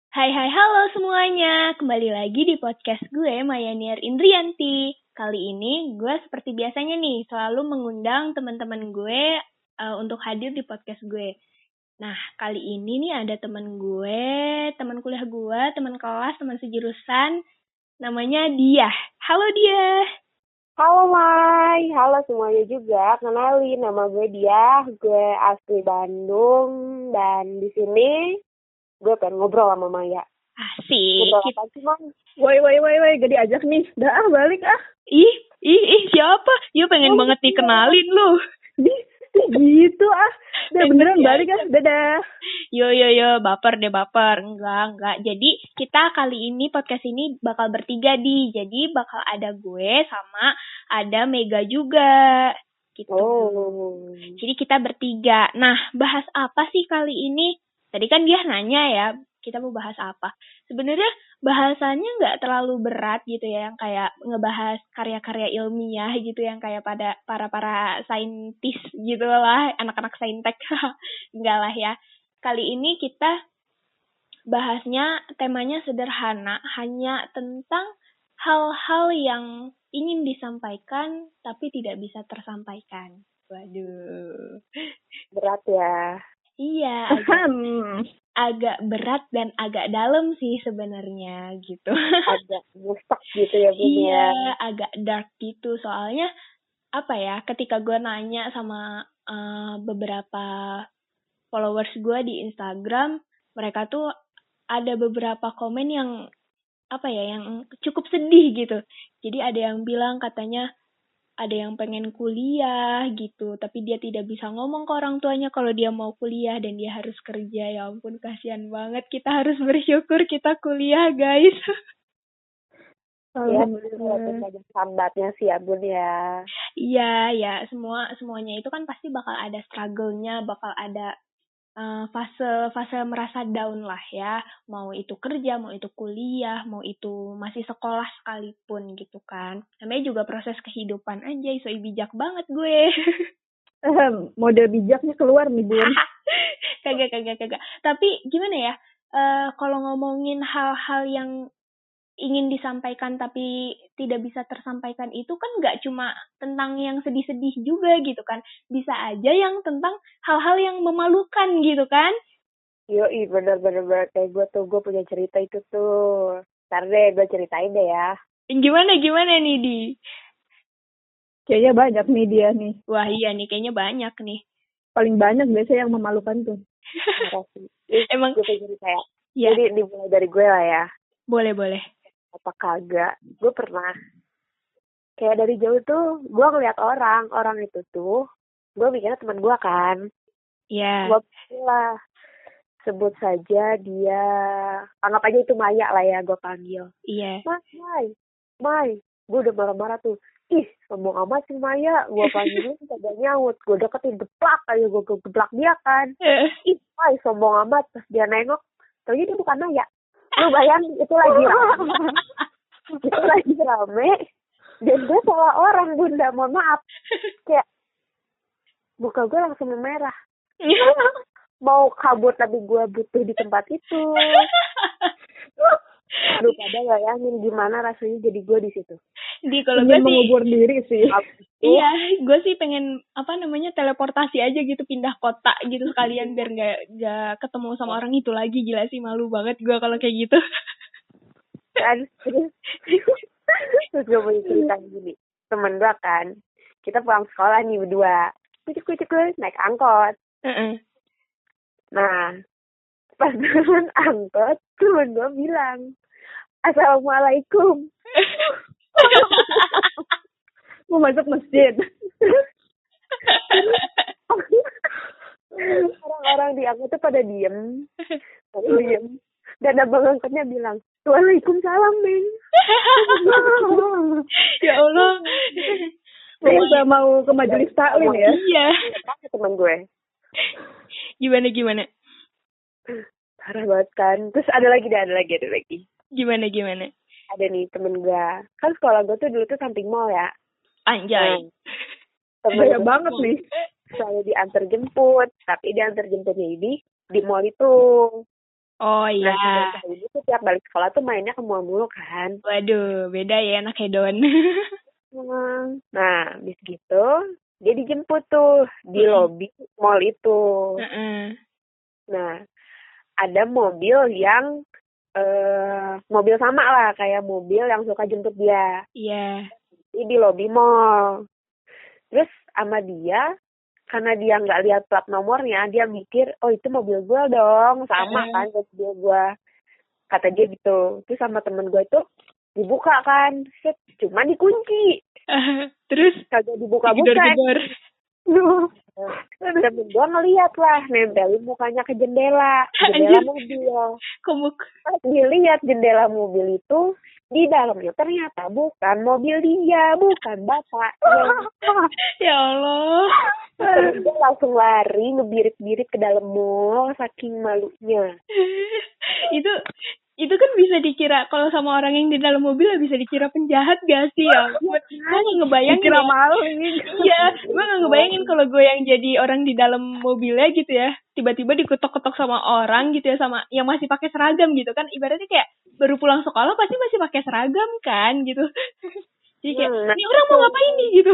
Hai hai halo semuanya, kembali lagi di podcast gue Mayaniar Indrianti. Kali ini gue seperti biasanya nih selalu mengundang teman-teman gue untuk hadir di podcast gue. Nah kali ini nih ada teman gue, teman kuliah gue, teman kelas, teman sejurusan, namanya Diah. Halo Diah. Halo Mai, halo semuanya juga. Kenalin, nama gue Diah, gue asli Bandung dan di sini gue pengen ngobrol sama Maya. Asik. Ngobrol apa sih, Mam? Woi, gak diajak nih. Dah, balik ah. Ih, siapa? Yuk pengen banget dikenalin lu. Gitu ah. Udah beneran balik ah. Dadah. Yo, baper. Enggak. Jadi kita kali ini, podcast ini bakal bertiga Jadi bakal ada gue sama ada Mega juga. Gitu. Oh. Jadi kita bertiga. Nah, bahas apa sih kali ini? Tadi kan dia nanya ya, kita mau bahas apa. Sebenarnya bahasanya nggak terlalu berat gitu ya, yang kayak ngebahas karya-karya ilmiah gitu, yang kayak pada para saintis gitu lah, anak-anak saintek. Enggak lah ya. Kali ini kita bahasnya, temanya sederhana, hanya tentang hal-hal yang ingin disampaikan tapi tidak bisa tersampaikan. Waduh. Berat ya. Iya, agak berat dan agak dalam sih sebenarnya gitu. Agak nyesek gitu ya, Bun. Iya, agak dark gitu. Soalnya apa ya, ketika gue nanya sama beberapa followers gue di Instagram, mereka tuh ada beberapa komen yang apa ya, yang cukup sedih gitu. Jadi ada yang bilang katanya ada yang pengen kuliah gitu, tapi dia tidak bisa ngomong ke orang tuanya kalau dia mau kuliah dan dia harus kerja. Ya ampun, kasihan banget. Kita harus bersyukur kita kuliah, guys. Ya, walaupun banyak sambatnya sih ya, Bun ya. Iya, ya semuanya itu kan pasti bakal ada struggle-nya, bakal ada fase merasa down lah ya. Mau itu kerja, mau itu kuliah, mau itu masih sekolah sekalipun gitu kan. Namanya juga proses kehidupan aja. So bijak banget gue. Mode bijaknya keluar nih, Bun. Kagak. Tapi gimana ya? Kalau ngomongin hal-hal yang ingin disampaikan tapi tidak bisa tersampaikan itu kan nggak cuma tentang yang sedih-sedih juga gitu kan. Bisa aja yang tentang hal-hal yang memalukan gitu kan. Yoi, bener. Kayak gue punya cerita itu tuh. Ntar deh, gue ceritain deh ya. Gimana nih, Di? Kayaknya banyak nih dia nih. Wah iya nih, kayaknya banyak nih. Paling banyak biasanya yang memalukan tuh. Emang gue punya cerita ya? Ya. Jadi dimulai dari gue lah ya. Boleh. Apa kagak, gue pernah kayak dari jauh tuh gue ngeliat orang itu tuh gue mikirnya teman gue kan. Iya. Gue lah sebut saja dia, anggap aja itu Maya lah ya, gue panggil. Iya. Mai, gue udah marah-marah tuh. Ih, sombong amat sih Maya, gue panggilin kagak nyaut, gue deketin geplak aja, gue geblak dia kan. Ih, Mai, sombong amat. Pas dia nengok, taunya dia bukan Maya. Lu bayangin itu lagi rame dan gue salah orang, Bunda, mohon maaf. Kayak muka gue langsung merah. Mau kabur tapi gue butuh di tempat itu. Lu pada bayangin gimana rasanya jadi gue di situ. Kalau gue sih mengubur diri sih. Iya, gue sih pengen teleportasi aja gitu, pindah kota gitu sekalian biar nggak ketemu sama orang itu lagi. Gila sih, malu banget gue kalau kayak gitu. Terus gue punya cerita gini, temen gue kan, kita pulang sekolah nih berdua, kucuk naik angkot. Nah, pas turun angkot, temen gue bilang, Assalamualaikum. Mau masuk masjid. Orang-orang di angkot tuh pada diem. Dan abang angkotnya bilang, Waalaikumsalam, Bang. Ya Allah. Udah mau ke majelis taklim ya? Iya. Temen gue. Gimana? Parah banget kan. Terus ada lagi. Gimana? Ada nih temen gue. Kan sekolah gue tuh dulu tuh samping mall ya. Anjay. Temen banget nih. Selalu diantar jemput. Tapi diantar jemputnya ini di mall itu. Oh Nah, iya. si bocah ini tuh tiap balik sekolah tuh mainnya ke mall mulu kan. Waduh, beda ya anak hedon. Nah, habis gitu dia dijemput tuh di lobi mall itu. Heeh. Nah, ada mobil yang mobil sama lah kayak mobil yang suka jemput dia. Iya. Di lobi mall. Terus sama dia, karena dia nggak lihat plat nomornya, dia mikir, oh itu mobil gue dong, sama kan mobil gue. Kata dia gitu. Terus sama temen gue itu dibuka kan, set, cuma dikunci. Terus Kagak dibuka-buka. gedor-gedor. Temen gue ngeliat lah, nempelin mukanya ke jendela Anjir. mobil. Komuk. Pas dilihat jendela mobil itu, di dalamnya ternyata bukan mobil dia, bukan bapaknya. Ya Allah. Terus dia langsung lari, ngebirit-birit ke dalam mall, saking malunya. itu kan bisa dikira kalau sama orang yang di dalam mobil bisa dikira penjahat gak sih ya? Gue nggak ngebayangin Dikira ya. maling. Iya, gue nggak ngebayangin kalau gue yang jadi orang di dalam mobilnya gitu ya, tiba-tiba diketok-ketok sama orang gitu ya, sama yang masih pakai seragam gitu kan, ibaratnya kayak baru pulang sekolah pasti masih pakai seragam kan gitu. Jadi kayak ini orang mau ngapain nih gitu.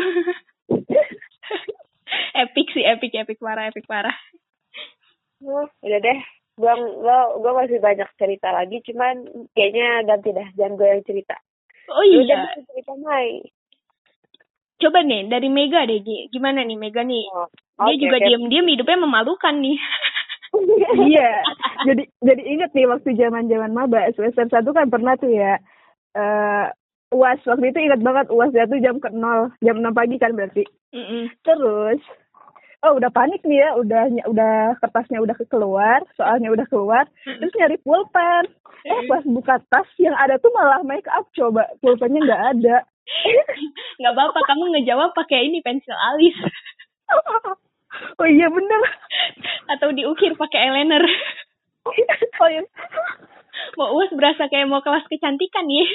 Epic sih, epic parah. Udah deh, gue masih banyak cerita lagi, cuman kayaknya ganti dah, jangan gue yang cerita. Oh iya. Udah cerita Mai. Coba nih dari Mega deh, gimana nih Mega nih? Dia juga diam-diam hidupnya memalukan nih. Iya. Jadi inget nih waktu zaman maba semester 1 kan pernah tuh ya. UAS waktu itu ingat banget, UAS jatuh jam 6 pagi kan berarti. Terus udah panik nih ya, udah kertasnya udah keluar, soalnya udah keluar, terus nyari pulpen. Pas buka tas yang ada tuh malah make up, coba pulpennya nggak ada. Nggak apa-apa, kamu ngejawab pakai ini pensil alis. Oh iya bener. Atau diukir pakai eyeliner. Oh iya. Mau UAS berasa kayak mau kelas kecantikan ya.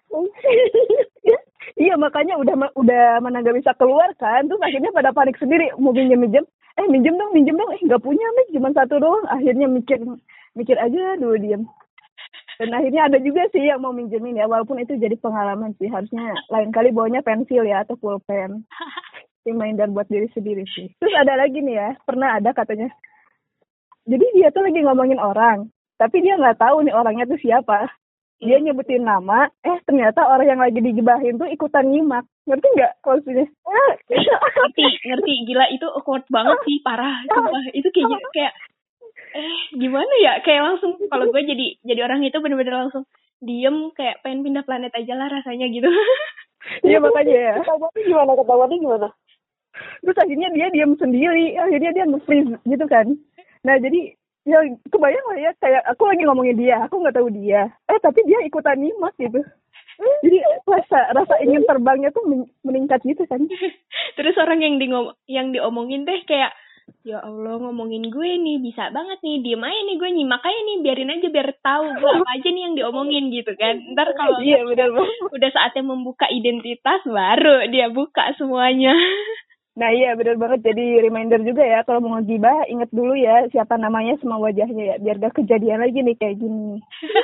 Iya makanya udah mana nggak bisa keluar kan, terus akhirnya pada panik sendiri mau minjem minjem dong, nggak punya nih, cuma satu doang. Akhirnya mikir aja dulu diam. Dan akhirnya ada juga sih yang mau minjemin ya, walaupun itu jadi pengalaman sih, harusnya lain kali bawanya pensil ya atau pulpen. Reminder buat diri sendiri sih. Terus ada lagi nih ya, pernah ada katanya. Jadi dia tuh lagi ngomongin orang, tapi dia nggak tahu nih orangnya tuh siapa. Dia nyebutin nama, ternyata orang yang lagi digibahin tuh ikutan nyimak. Ngerti nggak maksudnya? Ngerti. Gila, itu awkward banget sih, parah. Sumpah, itu kayak gimana ya? Kayak langsung, kalau gue jadi orang itu bener-bener langsung diem, kayak pengen pindah planet aja lah rasanya gitu. Iya makanya ya. Ketahuannya gimana? Terus akhirnya dia diam sendiri, akhirnya dia nge-freeze gitu kan. Nah jadi ya kebayang lah ya, kayak aku lagi ngomongin dia, aku nggak tahu dia, tapi dia ikutan nyimak gitu. Jadi rasa ingin terbangnya tuh meningkat gitu kan. Terus orang yang diomongin teh kayak, ya Allah, ngomongin gue nih, bisa banget nih, diem aja nih, gue nyimak aja nih, biarin aja biar tahu gue apa aja nih yang diomongin gitu kan. Ntar kalau udah saatnya membuka identitas, baru dia buka semuanya. Nah iya benar banget, jadi reminder juga ya kalau mau ngegibah inget dulu ya siapa namanya sama wajahnya ya, biar gak kejadian lagi nih kayak gini.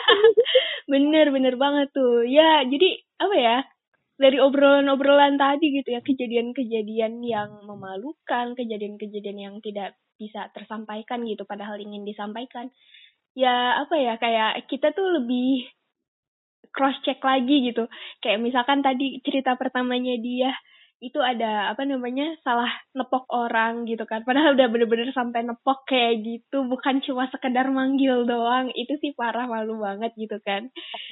Bener banget tuh ya. Jadi apa ya, dari obrolan tadi gitu ya, kejadian-kejadian yang memalukan, kejadian-kejadian yang tidak bisa tersampaikan gitu padahal ingin disampaikan ya, apa ya, kayak kita tuh lebih cross check lagi gitu. Kayak misalkan tadi cerita pertamanya dia itu ada salah nepok orang gitu kan, padahal udah bener-bener sampai nepok kayak gitu, bukan cuma sekedar manggil doang. Itu sih parah, malu banget gitu kan.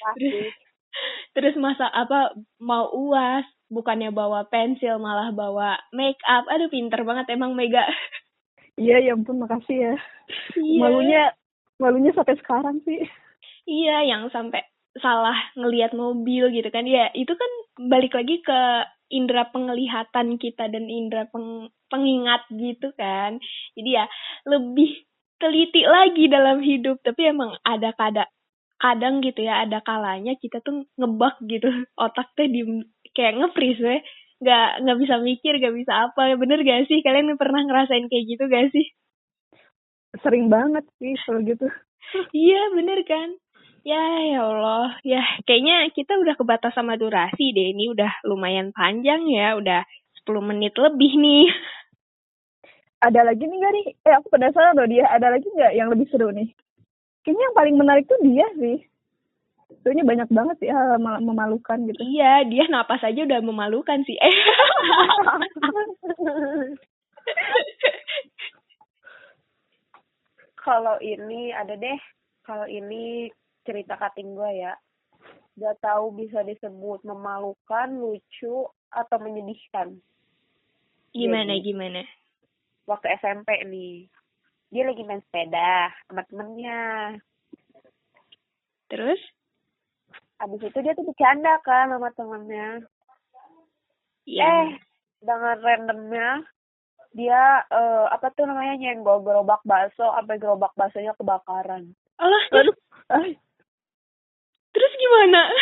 Terus masa mau UAS bukannya bawa pensil malah bawa make up. Aduh, pinter banget emang Mega. Iya, ya ampun, makasih ya. Iya. Malunya sampai sekarang sih. Iya, yang sampai salah ngelihat mobil gitu kan. Ya, itu kan balik lagi ke indera penglihatan kita dan indera pengingat gitu kan. Jadi ya lebih teliti lagi dalam hidup. Tapi emang ada kadang gitu ya, ada kalanya kita tuh ngebug gitu. Otak tuh kayak nge-freeze ya. Nggak bisa mikir, nggak bisa apa. Bener gak sih? Kalian pernah ngerasain kayak gitu gak sih? Sering banget sih kalau gitu. Iya, bener kan? Ya Allah. Ya, kayaknya kita udah kebatas sama durasi deh. Ini udah lumayan panjang ya. Udah 10 menit lebih nih. Ada lagi nih gak nih? Aku penasaran loh dia. Ada lagi nggak yang lebih seru nih? Kayaknya yang paling menarik tuh dia sih. Soalnya banyak banget sih hal memalukan gitu. Iya, dia napas aja udah memalukan sih. Kalau ini ada deh. Kalau ini cerita cutting gue ya. Gak tahu bisa disebut memalukan, lucu, atau menyedihkan. Gimana, Jadi, gimana? waktu SMP nih. Dia lagi main sepeda sama temennya. Terus? Abis itu dia tuh bercanda kan sama temennya. Iya. Dengan randomnya dia apa tuh namanya nyenggol gerobak bakso sampai gerobak baksonya kebakaran. Allah, Aduh. terus gimana?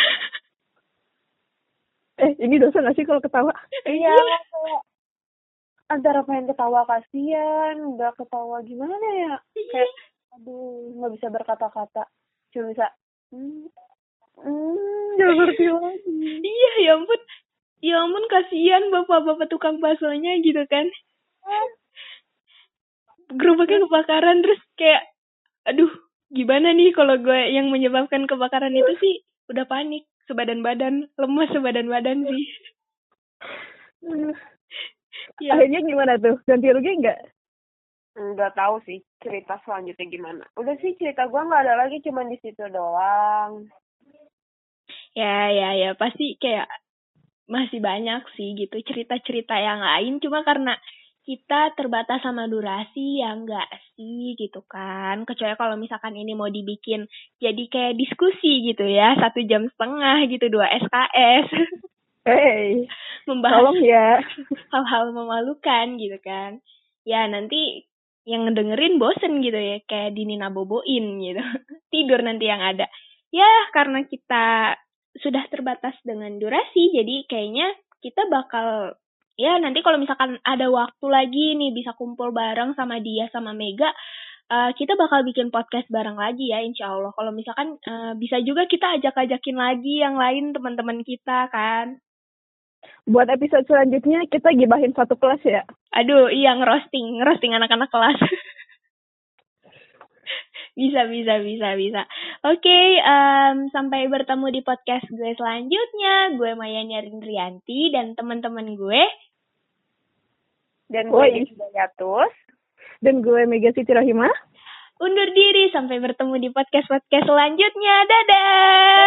Ini dosa gak sih kalau ketawa? Iya, kayak antara pengen ketawa kasihan, nggak ketawa gimana ya? Kayak aduh, nggak bisa berkata-kata, cuma bisa nggak ngerti lagi. Iya, ya ampun. Ya ampun, kasihan bapak-bapak tukang baksonya gitu kan. Gerobaknya kebakaran, terus kayak aduh, gimana nih kalau gue yang menyebabkan kebakaran itu sih udah panik sebadan-badan, lemas sebadan-badan sih. Ya. Akhirnya gimana tuh? Ganti rugi nggak? Nggak tahu sih cerita selanjutnya gimana. Udah sih cerita gue nggak ada lagi, cuma di situ doang. Ya, pasti kayak masih banyak sih gitu cerita-cerita yang lain, cuma karena kita terbatas sama durasi ya enggak sih gitu kan. Kecuali kalau misalkan ini mau dibikin jadi kayak diskusi gitu ya, 1,5 jam gitu, 2 SKS. Membahas tolong ya. hal-hal memalukan gitu kan. Ya nanti yang ngedengerin bosen gitu ya, kayak Dinina boboin gitu. Tidur nanti yang ada. Ya karena kita sudah terbatas dengan durasi, jadi kayaknya kita bakal ya nanti kalau misalkan ada waktu lagi nih bisa kumpul bareng sama dia sama Mega, kita bakal bikin podcast bareng lagi ya insya Allah. Kalau misalkan bisa juga kita ajak-ajakin lagi yang lain teman-teman kita kan. Buat episode selanjutnya kita gibahin satu kelas ya. Aduh, iya ngerosting anak-anak kelas. Bisa. Oke, sampai bertemu di podcast gue selanjutnya. Gue Maya Rindrianti dan teman-teman gue. Dan gue Hidayatus. Dan gue Mega Siti Rahimah. Undur diri, sampai bertemu di podcast selanjutnya. Dadah!